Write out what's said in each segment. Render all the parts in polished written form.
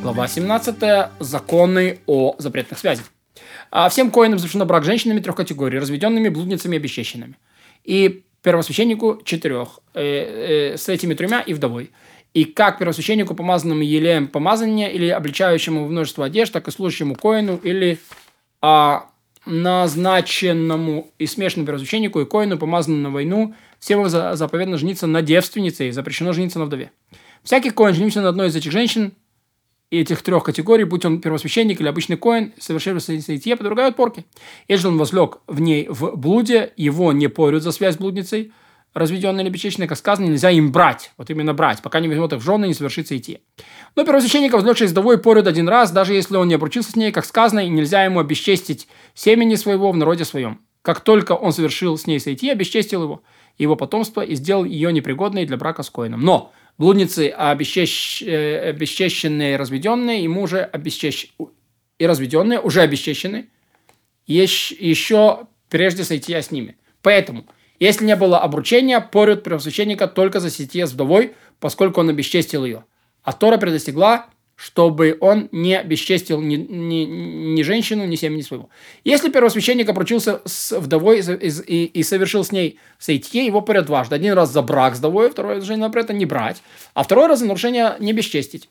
Глава 17. Законы о запретных связях. Всем коинам запрещено брак с женщинами 3 категорий: разведенными, блудницами и обесчещенными. И первосвященнику 4, с этими 3 и вдовой. И как первосвященнику, помазанному елеем помазания, или обличающему в множество одежд, так и служащему коину, или назначенному и смешанному первосвященнику и коину, помазанному на войну, всем заповедно жениться на девственнице и запрещено жениться на вдове. Всякий коин, женившийся на одной из этих женщин, и этих 3 категорий, будь он первосвященник или обычный коин, совершивший соитие, подвергают порке. Если он возлег в ней в блуде, его не порют за связь с блудницей, разведенной или бесчещенной, как сказано, нельзя им брать, вот именно брать, пока не возьмет их в жены и не совершит соитие. Но первосвященника, возлегший с вдовой, порют один раз, даже если он не обручился с ней, как сказано, и нельзя ему обесчестить семени своего в народе своем. Как только он совершил с ней соитие, обесчестил его потомство и сделал ее непригодной для брака с коином. Но блудницы, обесчещенные и разведенные, ему уже и разведенные уже обесчещены еще прежде соития с ними. Поэтому, если не было обручения, порют первосвященника только за соитие с вдовой, поскольку он обесчестил ее. А Тора предостерегла, чтобы он не бесчестил ни женщину, ни семени своего. Если первосвященник обручился с вдовой и совершил с ней соитие, его порят дважды. Один раз за брак с вдовой, второй раз за запрета не брать, а второй раз за нарушение не бесчестить.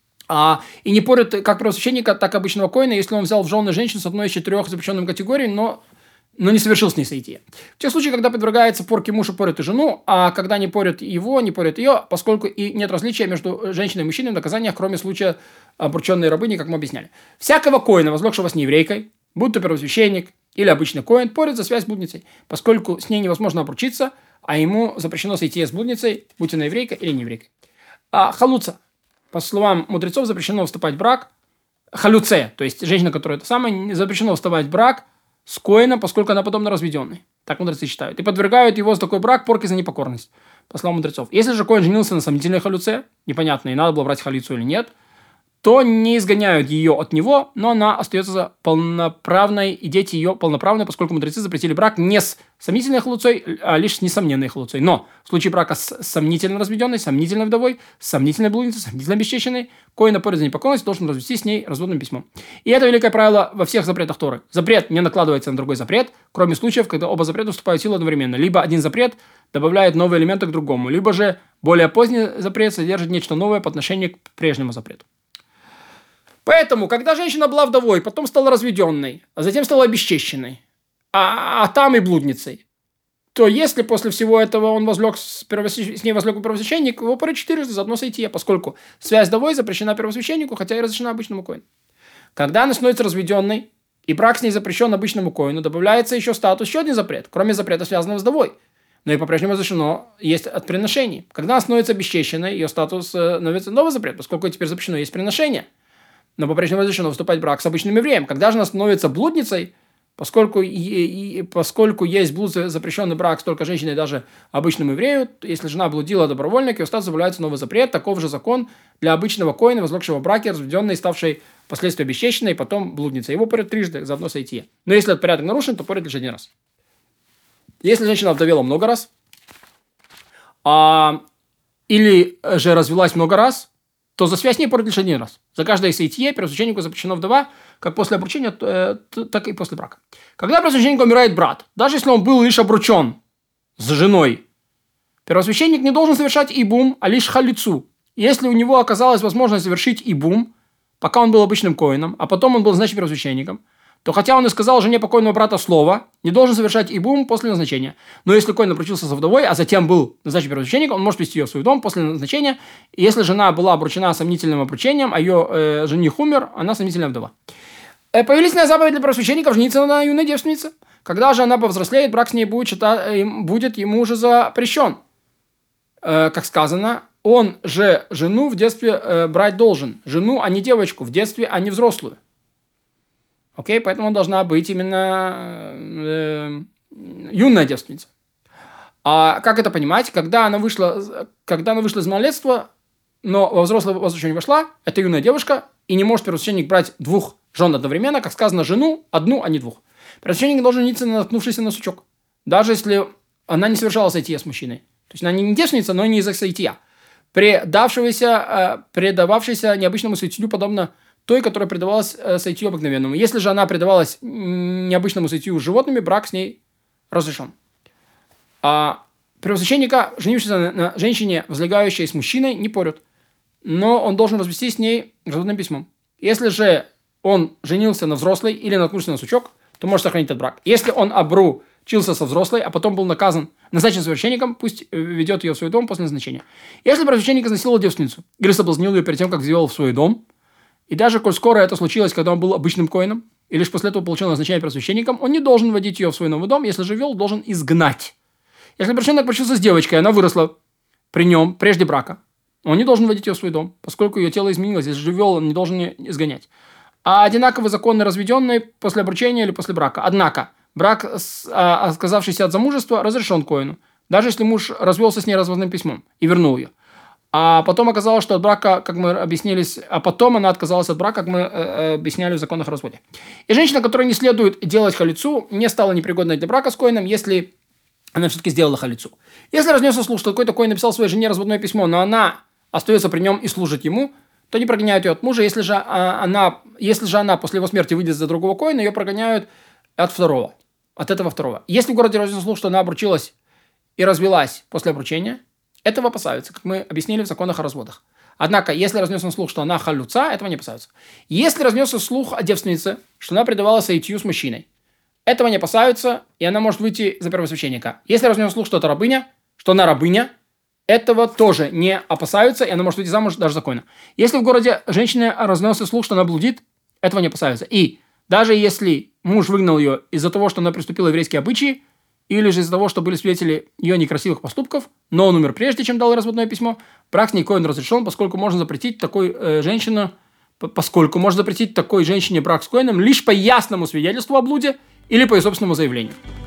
И не порят как первосвященника, так и обычного коина, если он взял в жены женщину с одной из 4 запрещенных категорий, но не совершил с ней соитие. В тех случаях, когда подвергается порке муж, порят и жену, а когда не порят его, не порят ее, поскольку и нет различия между женщиной и мужчиной в наказаниях, кроме случая обрученной рабыни, как мы объясняли. Всякого коина, возлегшего с нееврейкой, будь то первосвященник или обычный коин, порят за связь с блудницей, поскольку с ней невозможно обручиться, а ему запрещено соитие с блудницей, будь она еврейка или не еврейка. Халуца. По словам мудрецов, запрещено вступать в брак. Халюце, то есть женщина, которая это самое, запрещено вступать в брак с коином, поскольку она потомно разведенный. Так мудрецы считают. И подвергают его за такой брак порке за непокорность, по словам мудрецов. Если же коин женился на сомнительной халюце, непонятно, и надо было брать халицу или нет, то не изгоняют ее от него, но она остается полноправной, и дети ее полноправные, поскольку мудрецы запретили брак не с сомнительной халуцой, а лишь с несомненной халуцой. Но в случае брака с сомнительно разведенной, сомнительной вдовой, сомнительной блудницей, сомнительно обесчещенной, коин поряд за непокорность должен развестись с ней разводным письмом. И это великое правило во всех запретах Торы. Запрет не накладывается на другой запрет, кроме случаев, когда оба запрета вступают в силу одновременно. Либо один запрет добавляет новые элементы к другому, либо же более поздний запрет содержит нечто новое по отношению к прежнему запрету. Поэтому, когда женщина была вдовой, потом стала разведенной, а затем стала обесчещенной, а там и блудницей, то если после всего этого он с ней возлег первосвященник, его порят 4 за одно соитие, поскольку связь вдовой запрещена первосвященнику, хотя и разрешена обычному коину. Когда она становится разведенной, и брак с ней запрещен обычному коину, добавляется еще один запрет, кроме запрета, связанного с вдовой. Но и по-прежнему разрешено есть от приношений. Когда она становится обесчещенной, ее статус становится новый запрет, поскольку теперь запрещено есть приношение. Но по-прежнему разрешено вступать в брак с обычным евреем. Когда же она становится блудницей, поскольку есть блуд, запрещенный брак с только женщиной, даже обычному еврею, если жена блудила добровольно, к ее статусу добавляется новый запрет, таков же закон для обычного коина, возлегшего в браке, разведенной, ставшей впоследствии обесчещенной, и потом блудницей. Его порят 3 за одно соитие. Но если этот порядок нарушен, то порят лишь 1 раз. Если женщина вдовела много раз, или же развелась много раз, то за связь с ней порят лишь 1 раз. За каждое соитие первосвященнику запрещено вдова, как после обручения, так и после брака. Когда первосвященнику умирает брат, даже если он был лишь обручен с женой, первосвященник не должен совершать ибум, а лишь халицу. Если у него оказалась возможность совершить ибум, пока он был обычным коином, а потом он был назначен первосвященником, то хотя он и сказал жене покойного брата слово, не должен совершать ибум после назначения. Но если коин обручился со вдовой, а затем был назначен первосвященником, он может вести ее в свой дом после назначения. И если жена была обручена сомнительным обручением, а ее жених умер, она сомнительная вдова. Повелительная заповедь для первосвященников — жениться на юной девственнице. Когда же она повзрослеет, брак с ней будет ему уже запрещен. Как сказано, он же жену в детстве брать должен. Жену, а не девочку, в детстве, а не взрослую. Окей, поэтому должна быть именно юная девственница. А как это понимать? Когда она вышла из малолетства, но во взрослый возраст еще не вошла, это юная девушка, и не может первосвященник брать 2 жен одновременно, как сказано, жену одну, а не 2. Первосвященник должен жениться, наткнувшись на сучок, даже если она не совершала соития с мужчиной. То есть она не девственница, но и не из-за соития. предававшейся необычному сытью, подобно той, которая предавалась сытью обыкновенному. Если же она предавалась необычному сытью с животными, брак с ней разрешен. А первосвященника, женившийся на женщине, возлегающей с мужчиной, не порют, но он должен развестись с ней разводным письмом. Если же он женился на взрослой или наткнулся на сучок, то может сохранить этот брак. Если он обручился со взрослой, а потом был назначен священником, пусть ведет ее в свой дом после назначения. Если первосвященник изнасиловал девственницу или соблазнил ее перед тем, как ввел в свой дом, и даже коль скоро это случилось, когда он был обычным коэном, и лишь после этого получил назначение первосвященником, он не должен вводить ее в свой новый дом, если же вел, должен изгнать. Если первосвященник обручился с девочкой, и она выросла при нем прежде брака, он не должен вводить ее в свой дом, поскольку ее тело изменилось. Если же вел, он не должен ее изгонять. А одинаково законно разведенные после обручения или после брака. Однако, брак, отказавшийся от замужества, разрешен коэну, даже если муж развелся с ней разводным письмом и вернул ее. А потом оказалось, что от брака, как мы объяснились, а потом она отказалась от брака, как мы объясняли в законах о разводе. И женщина, которой не следует делать халицу, не стала непригодной для брака с коэном, если она все-таки сделала халицу. Если разнесся слух, что какой-то коэн написал своей жене разводное письмо, но она остается при нем и служит ему, то не прогоняют ее от мужа. Если же она после его смерти выйдет за другого коэна, ее прогоняют от этого второго. Если в городе разнесся слух, что она обручилась и развелась после обручения, этого опасаются, как мы объяснили в законах о разводах. Однако, если разнесся слух, что она халюца, этого не опасаются. Если разнесся слух о девственнице, что она предавала соитию с мужчиной, этого не опасаются, и она может выйти за первосвященника. Если разнесся слух, что это рабыня, что она рабыня, этого тоже не опасаются, и она может выйти замуж даже законно. Если в городе женщина разнесся слух, что она блудит, этого не опасаются. И даже если муж выгнал ее из-за того, что она приступила еврейские обычаи, или же из-за того, что были свидетели ее некрасивых поступков, но он умер прежде, чем дал разводное письмо, брак с ней коэн разрешен, поскольку можно запретить такой женщине брак с коэном лишь по ясному свидетельству о блуде или по ее собственному заявлению.